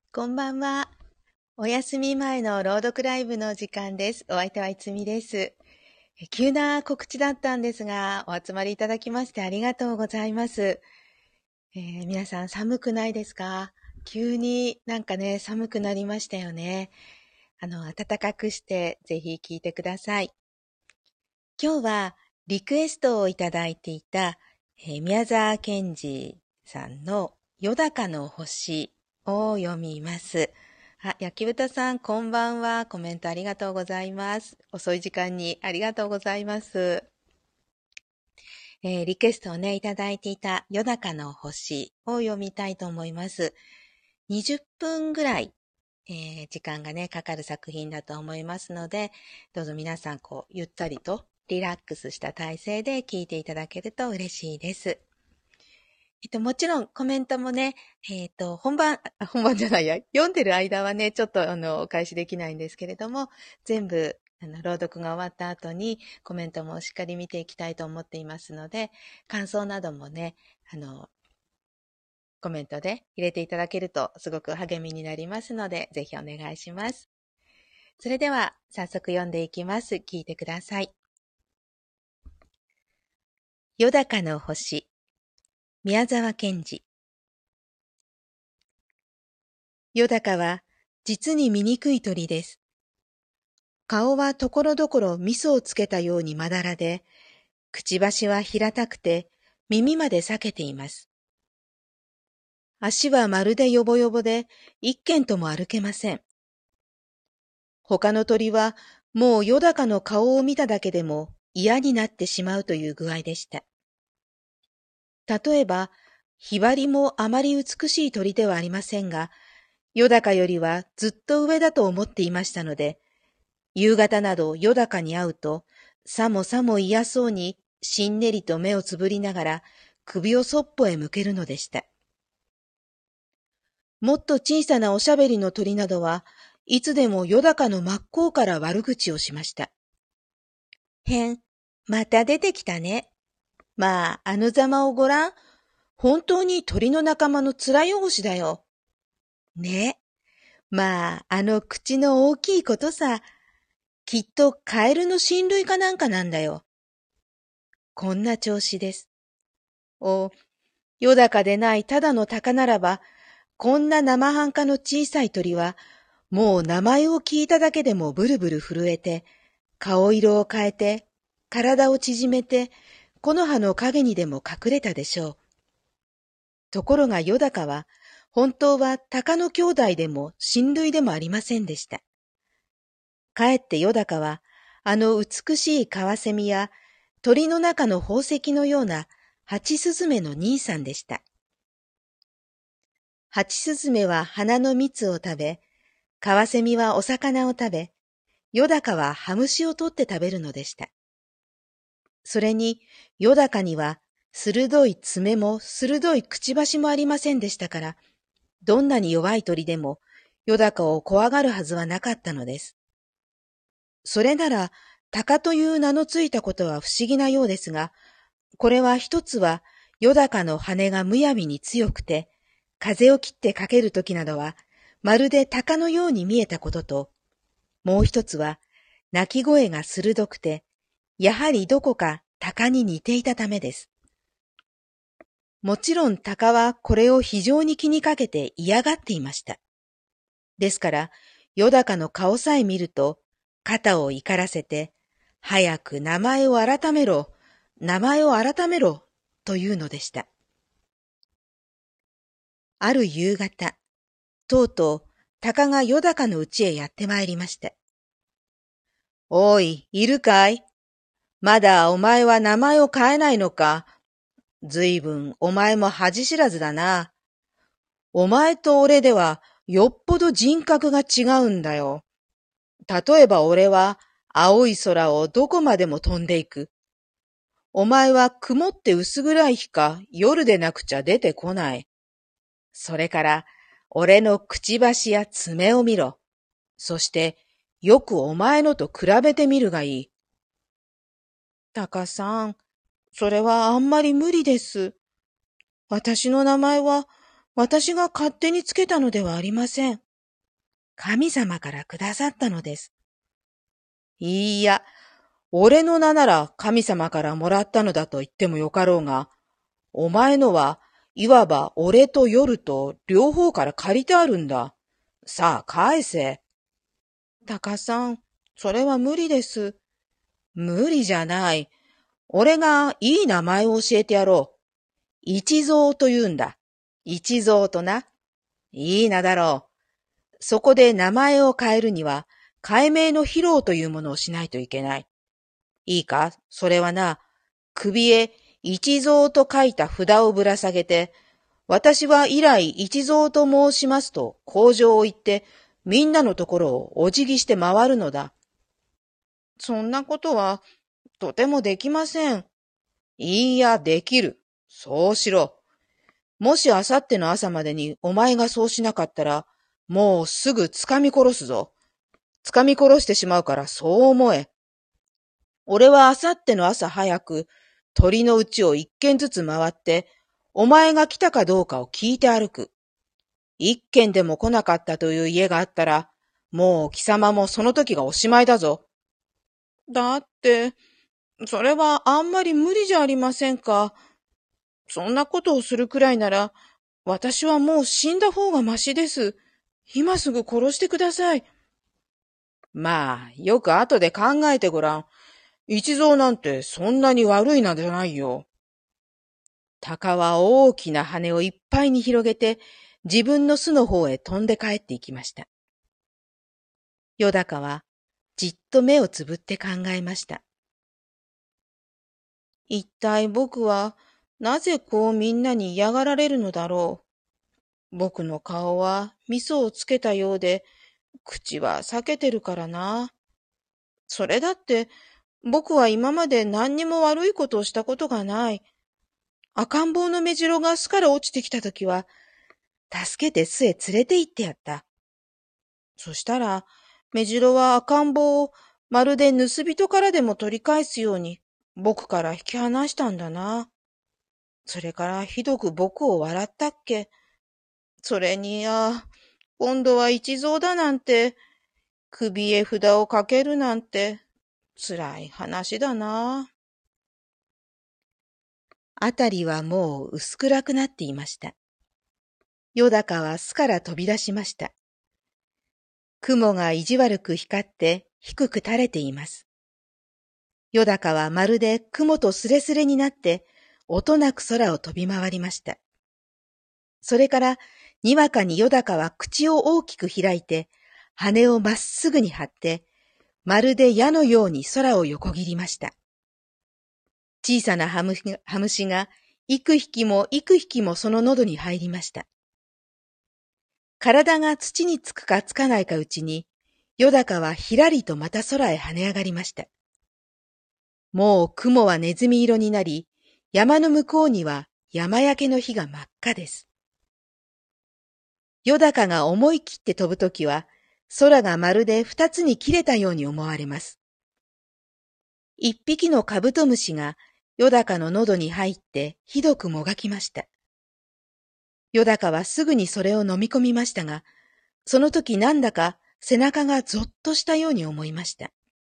こんばんは。お休み前の朗読ライブの時間です。お相手はいつみです。急な告知だったんですが、お集まりいただきましてありがとうございます。皆さん寒くないですか？急になんかね、寒くなりましたよね。暖かくしてぜひ聞いてください。今日はリクエストをいただいていた、宮沢賢治さんのよだかの星を読みます。焼き豚さん、こんばんは。コメントありがとうございます。遅い時間にありがとうございます。リクエストをね、いただいていたよだかの星を読みたいと思います。20分ぐらい、時間がね、かかる作品だと思いますので、どうぞ皆さん、ゆったりとリラックスした体勢で聞いていただけると嬉しいです。もちろんコメントもね、本番じゃないや、読んでる間はね、ちょっとお返しできないんですけれども、全部、朗読が終わった後にコメントもしっかり見ていきたいと思っていますので、感想などもね、コメントで入れていただけるとすごく励みになりますので、ぜひお願いします。それでは、早速読んでいきます。聞いてください。よだかの星、宮沢賢治。よだかは実に醜い鳥です。顔はところどころ味噌をつけたようにまだらで、くちばしは平たくて耳まで裂けています。足はまるでよぼよぼで一軒とも歩けません。他の鳥はもうよだかの顔を見ただけでも嫌になってしまうという具合でした。例えば、ヒバリもあまり美しい鳥ではありませんが、よだかよりはずっと上だと思っていましたので、夕方などよだかに会うと、さもさも嫌そうにしんねりと目をつぶりながら首をそっぽへ向けるのでした。もっと小さなおしゃべりの鳥などはいつでもよだかの真っ向から悪口をしました。へん、また出てきたね。まあ、あのざまをごらん。本当に鳥の仲間の面汚しだよ。ね。まあ、あの口の大きいことさ。きっとカエルの親類かなんかなんだよ。こんな調子です。よだかでないただの鷹ならば、こんな生半可の小さい鳥は、もう名前を聞いただけでもブルブル震えて、顔色を変えて、体を縮めて、木の葉の陰にでも隠れたでしょう。ところがよだかは、本当は鷹の兄弟でも親類でもありませんでした。かえってよだかは、あの美しいカワセミや鳥の中の宝石のようなハチスズメの兄さんでした。ハチスズメは花の蜜を食べ、カワセミはお魚を食べ、よだかはハムシを取って食べるのでした。それに、よだかには鋭い爪も鋭いくちばしもありませんでしたから、どんなに弱い鳥でも、よだかを怖がるはずはなかったのです。それなら、鷹という名のついたことは不思議なようですが、これは一つは、よだかの羽がむやみに強くて、風を切ってかけるときなどは、まるで鷹のように見えたことと、もう一つは、鳴き声が鋭くて、やはりどこか鷹に似ていたためです。もちろん鷹はこれを非常に気にかけて嫌がっていました。ですから、よだかの顔さえ見ると、肩を怒らせて、早く名前を改めろ、名前を改めろ、というのでした。ある夕方、とうとう、鷹がよだかの家へやってまいりました。おい、いるかい？まだお前は名前を変えないのか？ずいぶんお前も恥知らずだな。お前と俺ではよっぽど人格が違うんだよ。例えば俺は青い空をどこまでも飛んでいく。お前は曇って薄暗い日か夜でなくちゃ出てこない。それから俺のくちばしや爪を見ろ。そしてよくお前のと比べてみるがいい。タカさん、それはあんまり無理です。私の名前は私が勝手につけたのではありません。神様からくださったのです。いいや、俺の名なら神様からもらったのだと言ってもよかろうが、お前のはいわば俺と夜と両方から借りてあるんだ。さあ返せ。タカさん、それは無理です。無理じゃない。俺がいい名前を教えてやろう。一蔵と言うんだ。一蔵とな。いい名だろう。そこで名前を変えるには、改名の披露というものをしないといけない。いいか、それはな、首へ一蔵と書いた札をぶら下げて、私は以来一蔵と申しますと口上を言って、みんなのところをお辞儀して回るのだ。そんなことは、とてもできません。いいや、できる。そうしろ。もしあさっての朝までにお前がそうしなかったら、もうすぐ掴み殺すぞ。掴み殺してしまうからそう思え。俺はあさっての朝早く、鳥のうちを一軒ずつ回って、お前が来たかどうかを聞いて歩く。一軒でも来なかったという家があったら、もう貴様もその時がおしまいだぞ。だって、それはあんまり無理じゃありませんか。そんなことをするくらいなら、私はもう死んだ方がましです。今すぐ殺してください。まあ、よく後で考えてごらん。一蔵なんてそんなに悪いなんじゃないよ。鷹は大きな羽をいっぱいに広げて、自分の巣の方へ飛んで帰っていきました。よだかはじっと目をつぶって考えました。一体僕はなぜこうみんなに嫌がられるのだろう。僕の顔は味噌をつけたようで、口は裂けてるからな。それだって僕は今まで何にも悪いことをしたことがない。赤ん坊の目白が巣から落ちてきたときは、助けて巣へ連れて行ってやった。そしたら、目白は赤ん坊をまるで盗人からでも取り返すように僕から引き離したんだな。それからひどく僕を笑ったっけ。それに、今度は一蔵だなんて、首へ札をかけるなんて、辛い話だな。あたりはもう薄暗くなっていました。よだかは巣から飛び出しました。雲が意地悪く光って低く垂れています。よだかはまるで雲とすれすれになって音なく空を飛び回りました。それからにわかによだかは口を大きく開いて羽をまっすぐに張ってまるで矢のように空を横切りました。小さなハムシが幾匹も幾匹もその喉に入りました。体が土につくかつかないかうちに、よだかはひらりとまた空へ跳ね上がりました。もう雲はネズミ色になり、山の向こうには山焼けの火が真っ赤です。よだかが思い切って飛ぶときは、空がまるで二つに切れたように思われます。一匹のカブトムシがよだかの喉に入ってひどくもがきました。よだかはすぐにそれを飲み込みましたが、その時なんだか背中がぞっとしたように思いました。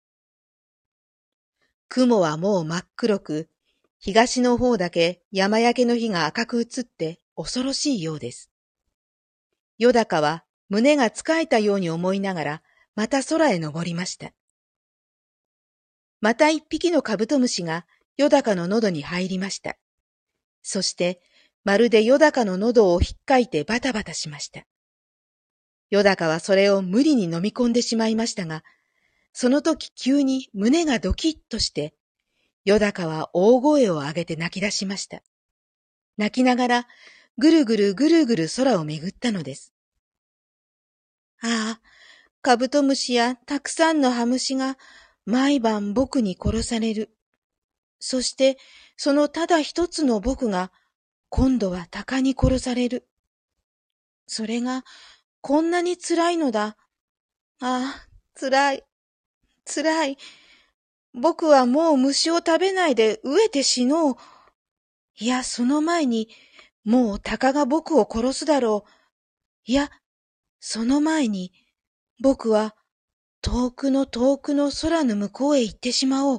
雲はもう真っ黒く、東の方だけ山焼けの火が赤く映って恐ろしいようです。よだかは胸がつかえたように思いながら、また空へ登りました。また一匹のカブトムシがよだかの喉に入りました。そして、まるでよだかの喉をひっかいてバタバタしました。よだかはそれを無理に飲み込んでしまいましたが、その時急に胸がドキッとして、よだかは大声を上げて泣き出しました。泣きながらぐるぐるぐるぐる空をめぐったのです。ああ、カブトムシやたくさんのハムシが毎晩僕に殺される。そしてそのただ一つの僕が今度は鷹に殺される。それがこんなに辛いのだ。ああ、辛い、辛い。僕はもう虫を食べないで飢えて死のう。いや、その前にもう鷹が僕を殺すだろう。いや、その前に、僕は遠くの遠くの空の向こうへ行ってしまおう。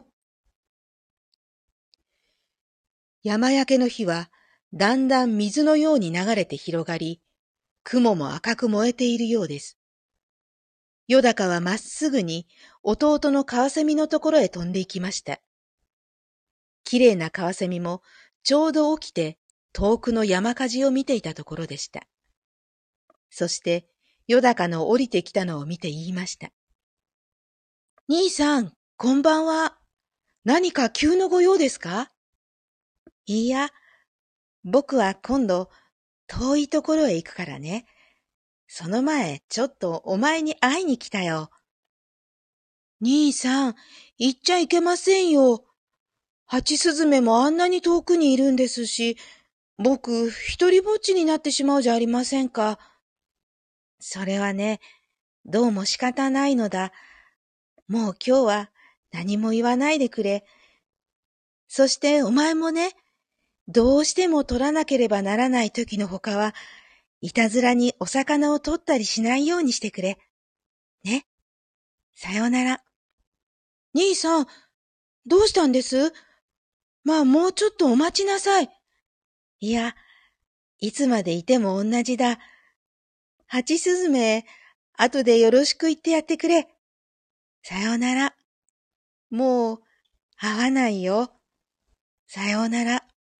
山焼けの火は、だんだん水のように流れて広がり、雲も赤く燃えているようです。よだかはまっすぐに弟のカワセミのところへ飛んで行きました。きれいなカワセミもちょうど起きて遠くの山火事を見ていたところでした。そしてよだかの降りてきたのを見て言いました。兄さん、こんばんは。何か急のご用ですか？いいや、僕は今度遠いところへ行くからね。その前、ちょっとお前に会いに来たよ。兄さん、行っちゃいけませんよ。ハチスズメもあんなに遠くにいるんですし、僕、一人ぼっちになってしまうじゃありませんか。それはね、どうも仕方ないのだ。もう今日は何も言わないでくれ。そしてお前もね、どうしても取らなければならない時のほかは、いたずらにお魚を取ったりしないようにしてくれ。ね。さようなら。兄さん、どうしたんです？まあもうちょっとお待ちなさい。いや、いつまでいても同じだ。ハチスズメ、後でよろしく言ってやってくれ。さようなら。もう、会わないよ。さようなら。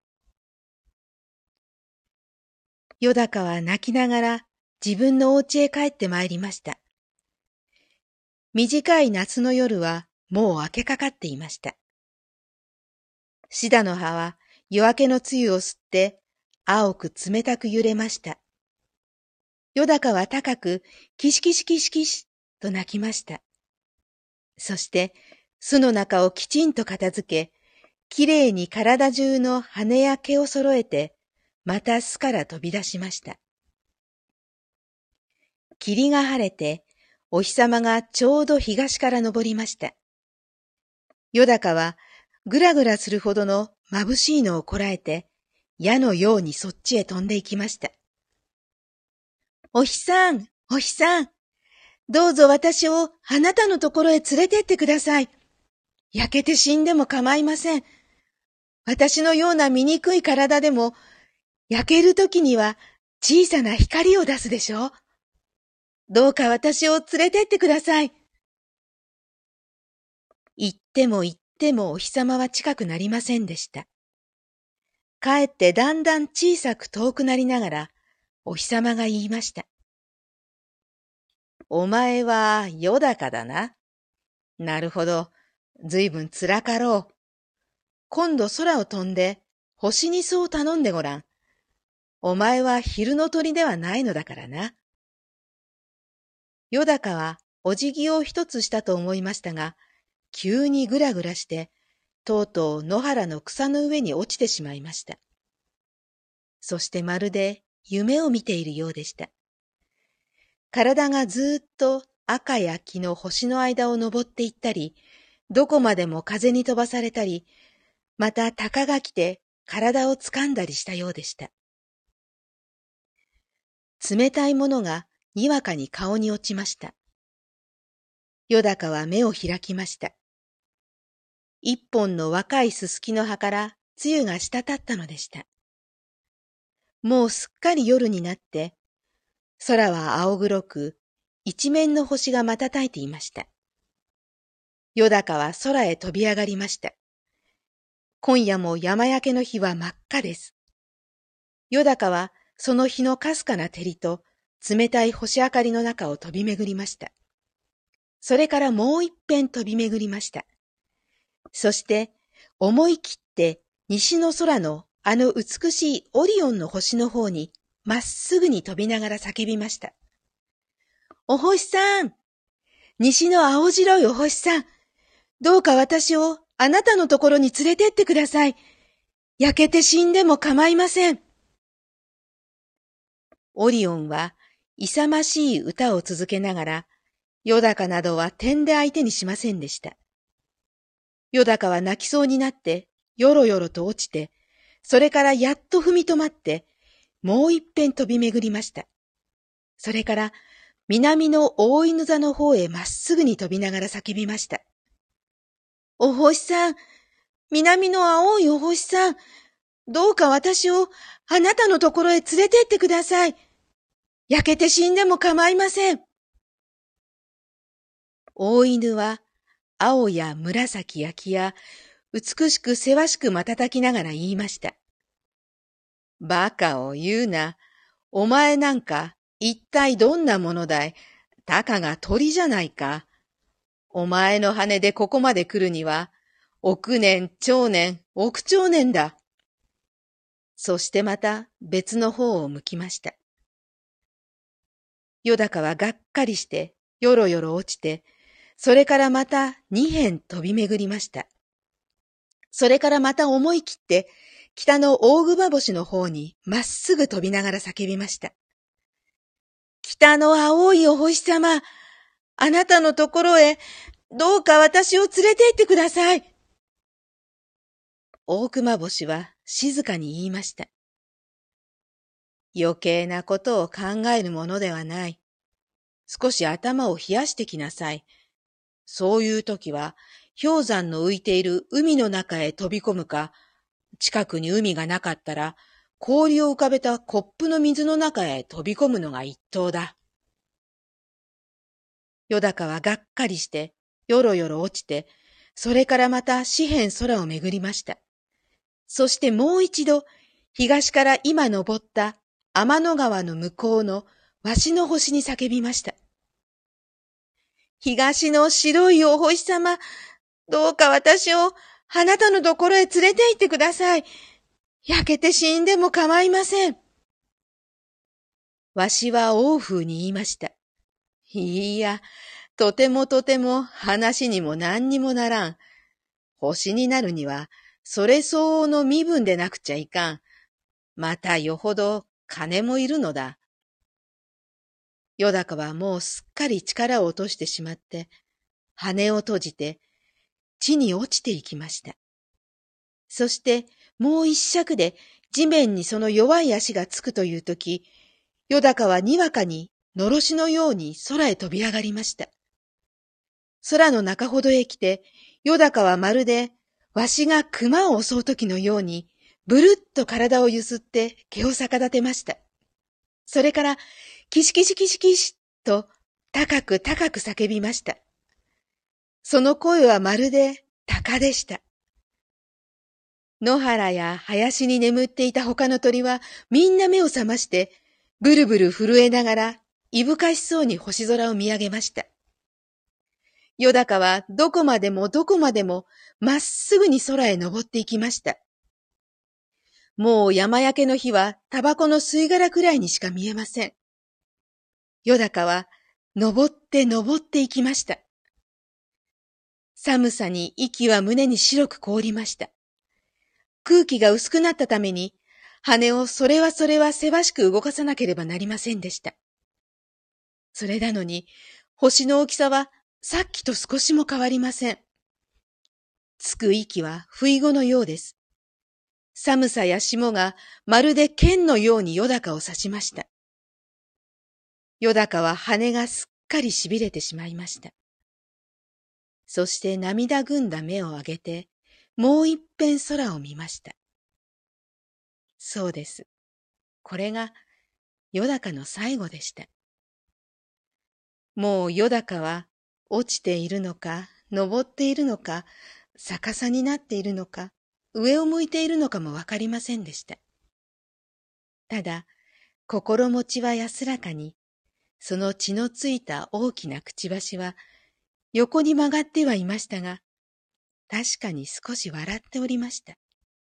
よだかは泣きながら自分のお家へ帰ってまいりました。短い夏の夜はもう明けかかっていました。シダの葉は夜明けの露を吸って青く冷たく揺れました。よだかは高くキシキシキシキシと鳴きました。そして巣の中をきちんと片付け、きれいに体中の羽や毛を揃えて、また巣から飛び出しました。霧が晴れて、お日様がちょうど東から昇りました。よだかはぐらぐらするほどの眩しいのをこらえて、矢のようにそっちへ飛んで行きました。お日さん、お日さん、どうぞ私をあなたのところへ連れてってください。焼けて死んでも構いません。私のような醜い体でも、焼けるときには小さな光を出すでしょう。どうか私を連れてってください。言っても言ってもお日様は近くなりませんでした。かえってだんだん小さく遠くなりながら、お日様が言いました。お前はよだかだな。なるほど。ずいぶんつらかろう。今度空を飛んで星にそう頼んでごらん。お前は昼の鳥ではないのだからな。よだかはお辞儀を一つしたと思いましたが、急にぐらぐらして、とうとう野原の草の上に落ちてしまいました。そしてまるで夢を見ているようでした。体がずっと赤や黄の星の間を登っていったり、どこまでも風に飛ばされたり、また鷹が来て体を掴んだりしたようでした。冷たいものがにわかに顔に落ちました。よだかは目を開きました。一本の若いすすきの葉から露が滴ったのでした。もうすっかり夜になって、空は青黒く、一面の星が瞬いていました。よだかは空へ飛び上がりました。今夜も山焼けの日は真っ赤です。よだかはその日のかすかな照りと冷たい星明かりの中を飛び巡りました。それからもう一遍飛び巡りました。そして思い切って西の空のあの美しいオリオンの星の方にまっすぐに飛びながら叫びました。お星さん、西の青白いお星さん、どうか私をあなたのところに連れてってください。焼けて死んでも構いません。オリオンは勇ましい歌を続けながら、よだかなどは点で相手にしませんでした。よだかは泣きそうになって、よろよろと落ちて、それからやっと踏み止まって、 もう一遍飛び巡りました。それから南の大犬座の方へまっすぐに飛びながら叫びました。お星さん、南の青いお星さん、どうか私をあなたのところへ連れて行ってください。焼けて死んでも構いません。大犬は青や紫焼きや美しくせわしく瞬きながら言いました。バカを言うな。お前なんか一体どんなものだい。たかが鳥じゃないか。お前の羽でここまで来るには、億年、長年、億長年だ。そしてまた別の方を向きました。よだかはがっかりして、よろよろ落ちて、それからまた二辺飛び巡りました。それからまた思い切って、北の大熊星の方にまっすぐ飛びながら叫びました。北の青いお星様、あなたのところへ、どうか私を連れて行ってください。大熊星は静かに言いました。余計なことを考えるものではない。少し頭を冷やしてきなさい。そういう時は、氷山の浮いている海の中へ飛び込むか、近くに海がなかったら、氷を浮かべたコップの水の中へ飛び込むのが一等だ。よだかはがっかりして、よろよろ落ちて、それからまた四辺空を巡りました。そしてもう一度、東から今登った天の川の向こうの鷲の星に叫びました。東の白いお星様、どうか私をあなたのところへ連れて行ってください。焼けて死んでも構いません。わしは王風に言いました。いいや、とてもとても話にも何にもならん。星になるには、それ相応の身分でなくちゃいかん。またよほど金もいるのだ。よだかはもうすっかり力を落としてしまって、羽を閉じて、地に落ちていきました。そしてもう一尺で地面にその弱い足がつくというとき、よだかはにわかにのろしのように空へ飛び上がりました。空の中ほどへ来て、よだかはまるでわしが熊を襲うときのように、ぶるっと体をゆすって毛を逆立てました。それから、キシキシキシキシと高く高く叫びました。その声はまるで鷹でした。野原や林に眠っていた他の鳥はみんな目を覚まして、ブルブル震えながら、いぶかしそうに星空を見上げました。よだかはどこまでもどこまでもまっすぐに空へ登っていきました。もう山焼けの火はタバコの吸い殻くらいにしか見えません。よだかは登って登っていきました。寒さに息は胸に白く凍りました。空気が薄くなったために、羽をそれはせわしく動かさなければなりませんでした。それなのに、星の大きさはさっきと少しも変わりません。つく息は不意後のようです。寒さや霜がまるで剣のようによだかを刺しました。よだかは羽がすっかりしびれてしまいました。そして涙ぐんだ目を上げて、もう一遍空を見ました。そうです。これがよだかの最後でした。もうよだかは落ちているのか、登っているのか、逆さになっているのか、上を向いているのかもわかりませんでした。ただ、心持ちは安らかに、その血のついた大きなくちばしは、横に曲がってはいましたが、確かに少し笑っておりました。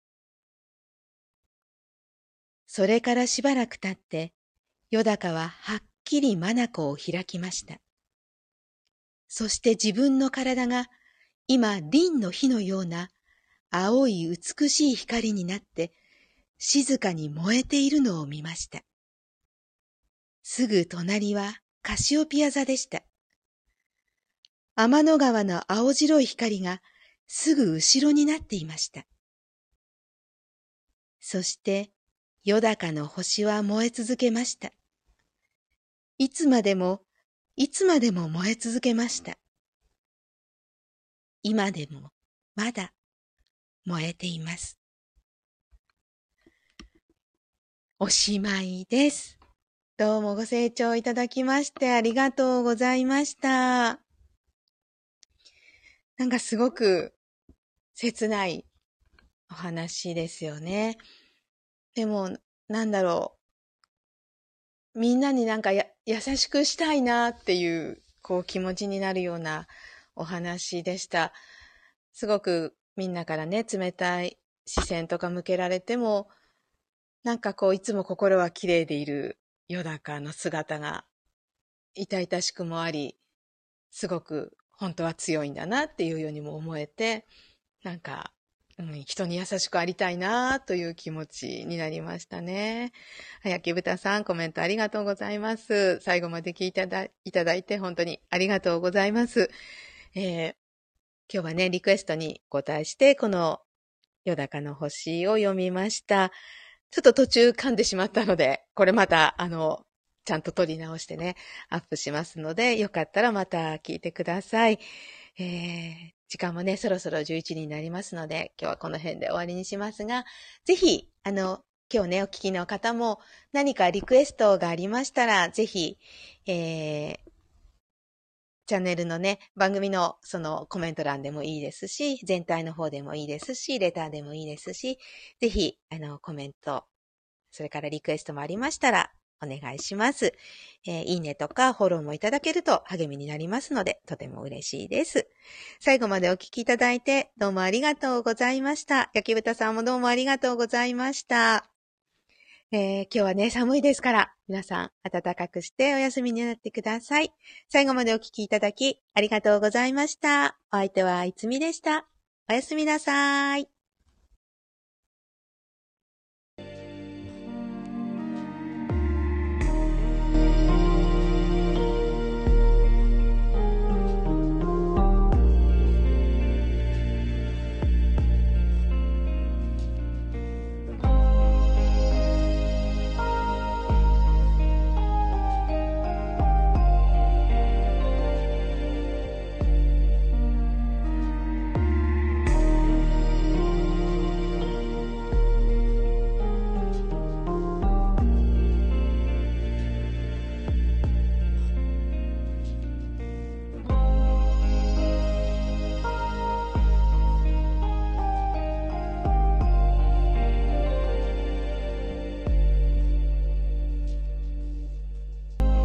それからしばらく経って、よだかははっきり眼を開きました。そして自分の体が今輪の火のような青い美しい光になって静かに燃えているのを見ました。すぐ隣はカシオピア座でした。天の川の青白い光がすぐ後ろになっていました。そしてよだかの星は燃え続けました。いつまでも、いつまでも燃え続けました。今でも、まだ、燃えています。おしまいです。どうもご清聴いただきましてありがとうございました。なんかすごく切ないお話ですよね。でも、なんだろう。みんなになんか優しくしたいなっていう、気持ちになるようなお話でした。すごくみんなからね、冷たい視線とか向けられても、なんかいつも心は綺麗でいるよだかの姿が痛々しくもあり、すごく本当は強いんだなっていうようにも思えて、なんか、人に優しくありたいなという気持ちになりましたね。はきぶたさん、コメントありがとうございます。最後まで聞いていただいて本当にありがとうございます。今日はね、リクエストにお答えして、このよだかの星を読みました。ちょっと途中噛んでしまったので、これまた、ちゃんと撮り直してね、アップしますので、よかったらまた聞いてください。時間もね、そろそろ11時になりますので、今日はこの辺で終わりにしますが、ぜひ、今日ね、お聞きの方も何かリクエストがありましたら、ぜひ、チャンネルのね、番組のそのコメント欄でもいいですし、全体の方でもいいですし、レターでもいいですし、ぜひ、コメント、それからリクエストもありましたら、お願いします。いいねとかフォローもいただけると励みになりますので、とても嬉しいです。最後までお聞きいただいて、どうもありがとうございました。焼き豚さんもどうもありがとうございました。今日はね、寒いですから、皆さん暖かくしてお休みになってください。最後までお聞きいただき、ありがとうございました。お相手はいつみでした。おやすみなさい。